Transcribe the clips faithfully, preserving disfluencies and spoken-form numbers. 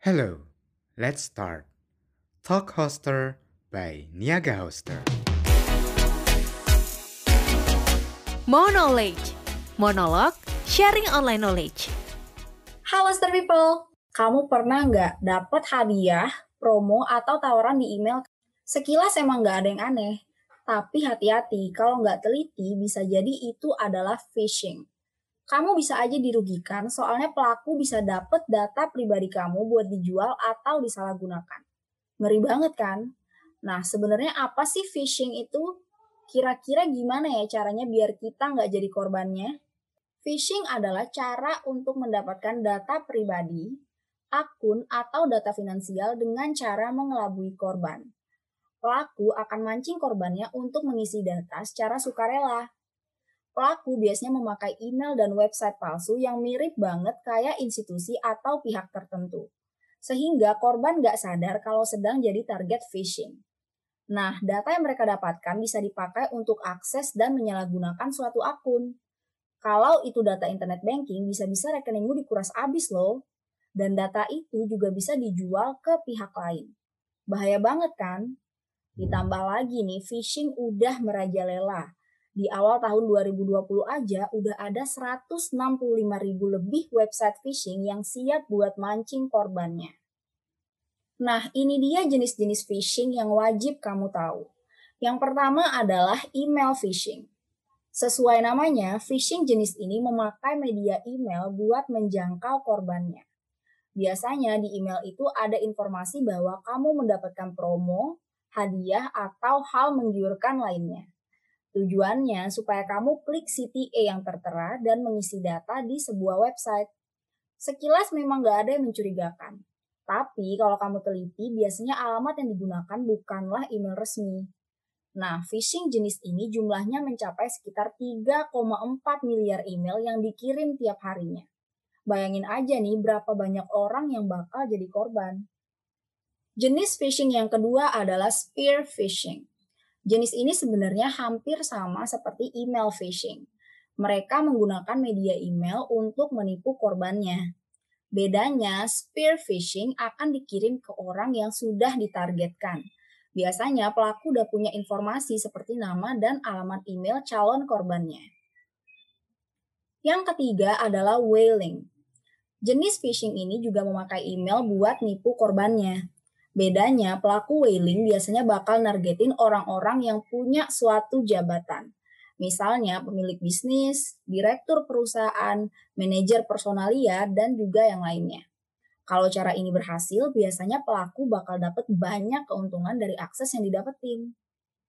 Hello, let's start. Talk Hoster by Niaga Hoster. More knowledge, monolog, sharing online knowledge. Halo Star People, kamu pernah nggak dapat hadiah, promo, atau tawaran di email? Sekilas emang nggak ada yang aneh, tapi hati-hati kalau nggak teliti bisa jadi itu adalah phishing. Kamu bisa aja dirugikan soalnya pelaku bisa dapat data pribadi kamu buat dijual atau disalahgunakan. Ngeri banget kan? Nah, sebenarnya apa sih phishing itu? Kira-kira gimana ya caranya biar kita nggak jadi korbannya? Phishing adalah cara untuk mendapatkan data pribadi, akun, atau data finansial dengan cara mengelabui korban. Pelaku akan mancing korbannya untuk mengisi data secara sukarela. Pelaku biasanya memakai email dan website palsu yang mirip banget kayak institusi atau pihak tertentu. Sehingga korban nggak sadar kalau sedang jadi target phishing. Nah, data yang mereka dapatkan bisa dipakai untuk akses dan menyalahgunakan suatu akun. Kalau itu data internet banking, bisa-bisa rekeningmu dikuras abis loh. Dan data itu juga bisa dijual ke pihak lain. Bahaya banget kan? Ditambah lagi nih, phishing udah merajalela. Di awal tahun dua ribu dua puluh aja udah ada seratus enam puluh lima ribu lebih website phishing yang siap buat mancing korbannya. Nah, ini dia jenis-jenis phishing yang wajib kamu tahu. Yang pertama adalah email phishing. Sesuai namanya, phishing jenis ini memakai media email buat menjangkau korbannya. Biasanya di email itu ada informasi bahwa kamu mendapatkan promo, hadiah, atau hal menggiurkan lainnya. Tujuannya supaya kamu klik C T A yang tertera dan mengisi data di sebuah website. Sekilas memang gak ada yang mencurigakan. Tapi kalau kamu teliti, biasanya alamat yang digunakan bukanlah email resmi. Nah, phishing jenis ini jumlahnya mencapai sekitar tiga koma empat miliar email yang dikirim tiap harinya. Bayangin aja nih berapa banyak orang yang bakal jadi korban. Jenis phishing yang kedua adalah spear phishing. Jenis ini sebenarnya hampir sama seperti email phishing. Mereka menggunakan media email untuk menipu korbannya. Bedanya, spear phishing akan dikirim ke orang yang sudah ditargetkan. Biasanya pelaku udah punya informasi seperti nama dan alamat email calon korbannya. Yang ketiga adalah whaling. Jenis phishing ini juga memakai email buat nipu korbannya. Bedanya, pelaku whaling biasanya bakal nargetin orang-orang yang punya suatu jabatan. Misalnya pemilik bisnis, direktur perusahaan, manajer personalia, dan juga yang lainnya. Kalau cara ini berhasil, biasanya pelaku bakal dapat banyak keuntungan dari akses yang didapetin.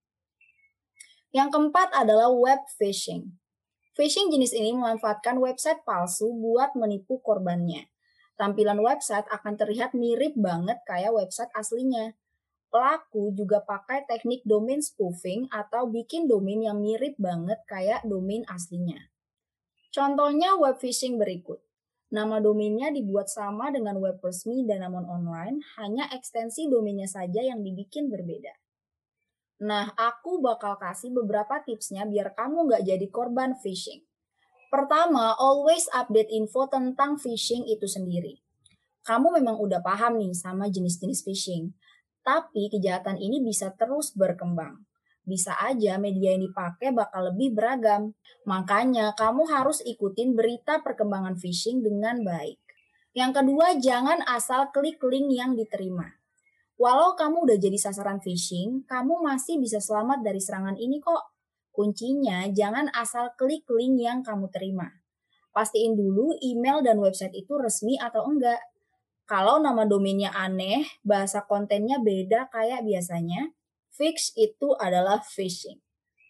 Yang keempat adalah web phishing. Phishing jenis ini memanfaatkan website palsu buat menipu korbannya. Tampilan website akan terlihat mirip banget kayak website aslinya. Pelaku juga pakai teknik domain spoofing atau bikin domain yang mirip banget kayak domain aslinya. Contohnya web phishing berikut. Nama domainnya dibuat sama dengan web resmi dan namun online, hanya ekstensi domainnya saja yang dibikin berbeda. Nah, aku bakal kasih beberapa tipsnya biar kamu nggak jadi korban phishing. Pertama, always update info tentang phishing itu sendiri. Kamu memang udah paham nih sama jenis-jenis phishing. Tapi kejahatan ini bisa terus berkembang. Bisa aja media yang dipakai bakal lebih beragam. Makanya kamu harus ikutin berita perkembangan phishing dengan baik. Yang kedua, jangan asal klik link yang diterima. Walau kamu udah jadi sasaran phishing, kamu masih bisa selamat dari serangan ini kok. Kuncinya jangan asal klik link yang kamu terima. Pastiin dulu email dan website itu resmi atau enggak. Kalau nama domainnya aneh, bahasa kontennya beda kayak biasanya, fix itu adalah phishing.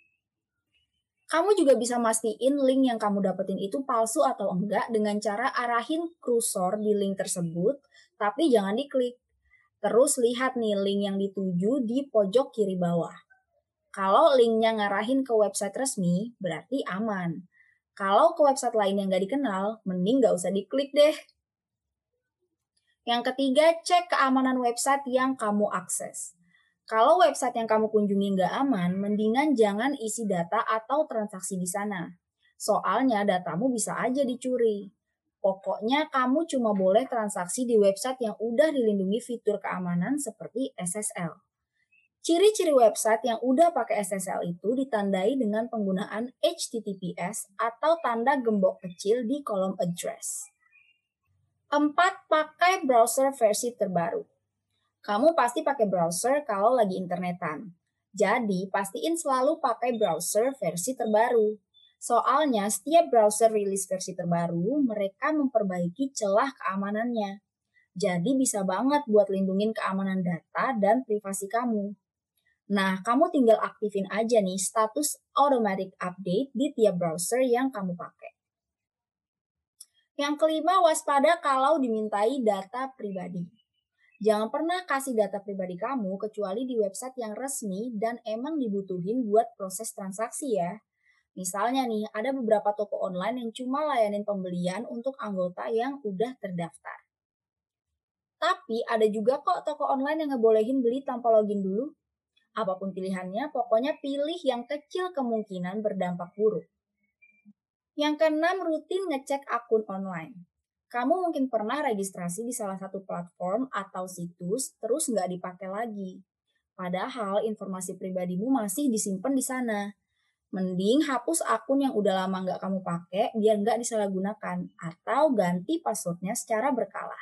Kamu juga bisa mastiin link yang kamu dapetin itu palsu atau enggak dengan cara arahin kursor di link tersebut, tapi jangan diklik. Terus lihat nih link yang dituju di pojok kiri bawah. Kalau linknya ngarahin ke website resmi, berarti aman. Kalau ke website lain yang nggak dikenal, mending nggak usah diklik deh. Yang ketiga, cek keamanan website yang kamu akses. Kalau website yang kamu kunjungi nggak aman, mendingan jangan isi data atau transaksi di sana. Soalnya datamu bisa aja dicuri. Pokoknya kamu cuma boleh transaksi di website yang udah dilindungi fitur keamanan seperti S S L. Ciri-ciri website yang udah pakai S S L itu ditandai dengan penggunaan H T T P S atau tanda gembok kecil di kolom address. Empat, pakai browser versi terbaru. Kamu pasti pakai browser kalau lagi internetan. Jadi, pastiin selalu pakai browser versi terbaru. Soalnya, setiap browser rilis versi terbaru, mereka memperbaiki celah keamanannya. Jadi, bisa banget buat lindungin keamanan data dan privasi kamu. Nah, kamu tinggal aktifin aja nih status automatic update di tiap browser yang kamu pakai. Yang kelima, waspada kalau dimintai data pribadi. Jangan pernah kasih data pribadi kamu kecuali di website yang resmi dan emang dibutuhin buat proses transaksi ya. Misalnya nih, ada beberapa toko online yang cuma layanin pembelian untuk anggota yang udah terdaftar. Tapi ada juga kok toko online yang ngebolehin beli tanpa login dulu. Apapun pilihannya, pokoknya pilih yang kecil kemungkinan berdampak buruk. Yang keenam, rutin ngecek akun online. Kamu mungkin pernah registrasi di salah satu platform atau situs, terus nggak dipakai lagi. Padahal informasi pribadimu masih disimpan di sana. Mending hapus akun yang udah lama nggak kamu pakai biar nggak disalahgunakan, atau ganti passwordnya secara berkala.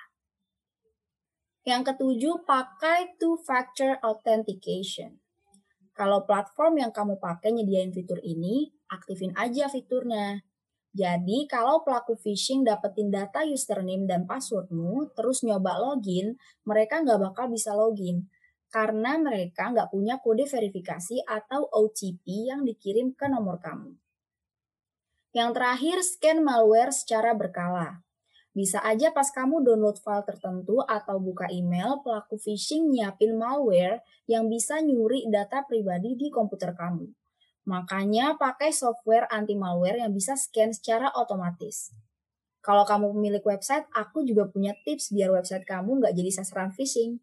Yang ketujuh, pakai two-factor authentication. Kalau platform yang kamu pakai nyediain fitur ini, aktifin aja fiturnya. Jadi, kalau pelaku phishing dapetin data username dan passwordmu, terus nyoba login, mereka nggak bakal bisa login. Karena mereka nggak punya kode verifikasi atau O T P yang dikirim ke nomor kamu. Yang terakhir, scan malware secara berkala. Bisa aja pas kamu download file tertentu atau buka email, pelaku phishing nyiapin malware yang bisa nyuri data pribadi di komputer kamu. Makanya pakai software anti-malware yang bisa scan secara otomatis. Kalau kamu pemilik website, aku juga punya tips biar website kamu nggak jadi sasaran phishing.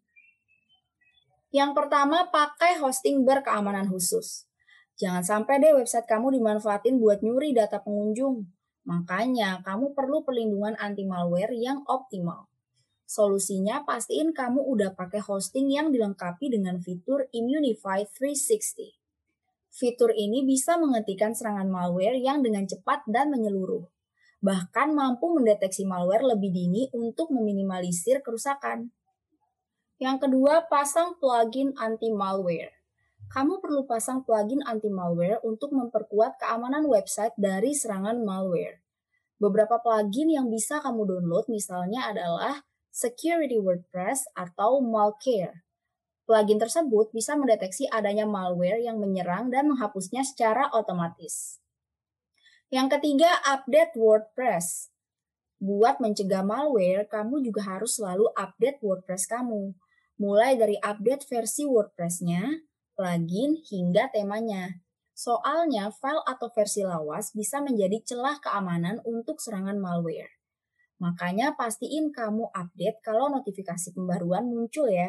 Yang pertama, pakai hosting berkeamanan khusus. Jangan sampai deh website kamu dimanfaatin buat nyuri data pengunjung. Makanya, kamu perlu perlindungan anti-malware yang optimal. Solusinya, pastiin kamu udah pakai hosting yang dilengkapi dengan fitur Immunify tiga enam nol. Fitur ini bisa menghentikan serangan malware yang dengan cepat dan menyeluruh. Bahkan mampu mendeteksi malware lebih dini untuk meminimalisir kerusakan. Yang kedua, pasang plugin anti-malware. Kamu perlu pasang plugin anti-malware untuk memperkuat keamanan website dari serangan malware. Beberapa plugin yang bisa kamu download misalnya adalah Security WordPress atau Malcare. Plugin tersebut bisa mendeteksi adanya malware yang menyerang dan menghapusnya secara otomatis. Yang ketiga, update WordPress. Buat mencegah malware, kamu juga harus selalu update WordPress kamu. Mulai dari update versi WordPress-nya, plugin, hingga temanya. Soalnya, file atau versi lawas bisa menjadi celah keamanan untuk serangan malware. Makanya pastiin kamu update kalau notifikasi pembaruan muncul ya.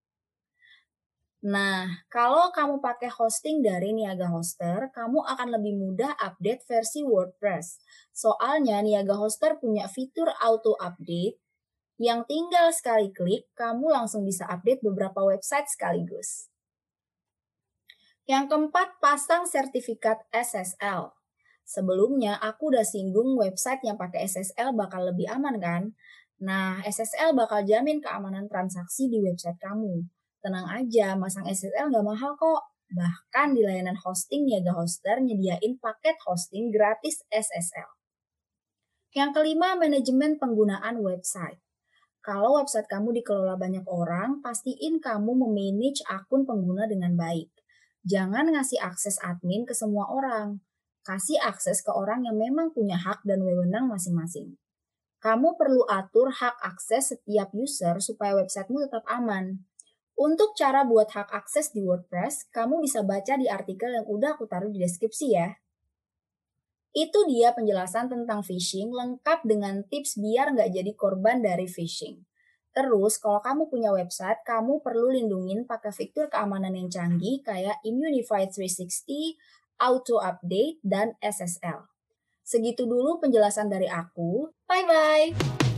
Nah, kalau kamu pakai hosting dari Niaga Hoster, kamu akan lebih mudah update versi WordPress. Soalnya Niaga Hoster punya fitur auto update yang tinggal sekali klik, kamu langsung bisa update beberapa website sekaligus. Yang keempat, pasang sertifikat S S L. Sebelumnya, aku udah singgung website yang pakai S S L bakal lebih aman kan? Nah, S S L bakal jamin keamanan transaksi di website kamu. Tenang aja, masang S S L nggak mahal kok. Bahkan di layanan hosting Niaga Hoster nyediain paket hosting gratis S S L. Yang kelima, manajemen penggunaan website. Kalau website kamu dikelola banyak orang, pastiin kamu memanage akun pengguna dengan baik. Jangan ngasih akses admin ke semua orang. Kasih akses ke orang yang memang punya hak dan wewenang masing-masing. Kamu perlu atur hak akses setiap user supaya websitemu tetap aman. Untuk cara buat hak akses di WordPress, kamu bisa baca di artikel yang udah aku taruh di deskripsi ya. Itu dia penjelasan tentang phishing lengkap dengan tips biar nggak jadi korban dari phishing. Terus, kalau kamu punya website, kamu perlu lindungin pakai fitur keamanan yang canggih kayak Immunify tiga enam nol, Auto Update, dan S S L. Segitu dulu penjelasan dari aku. Bye-bye!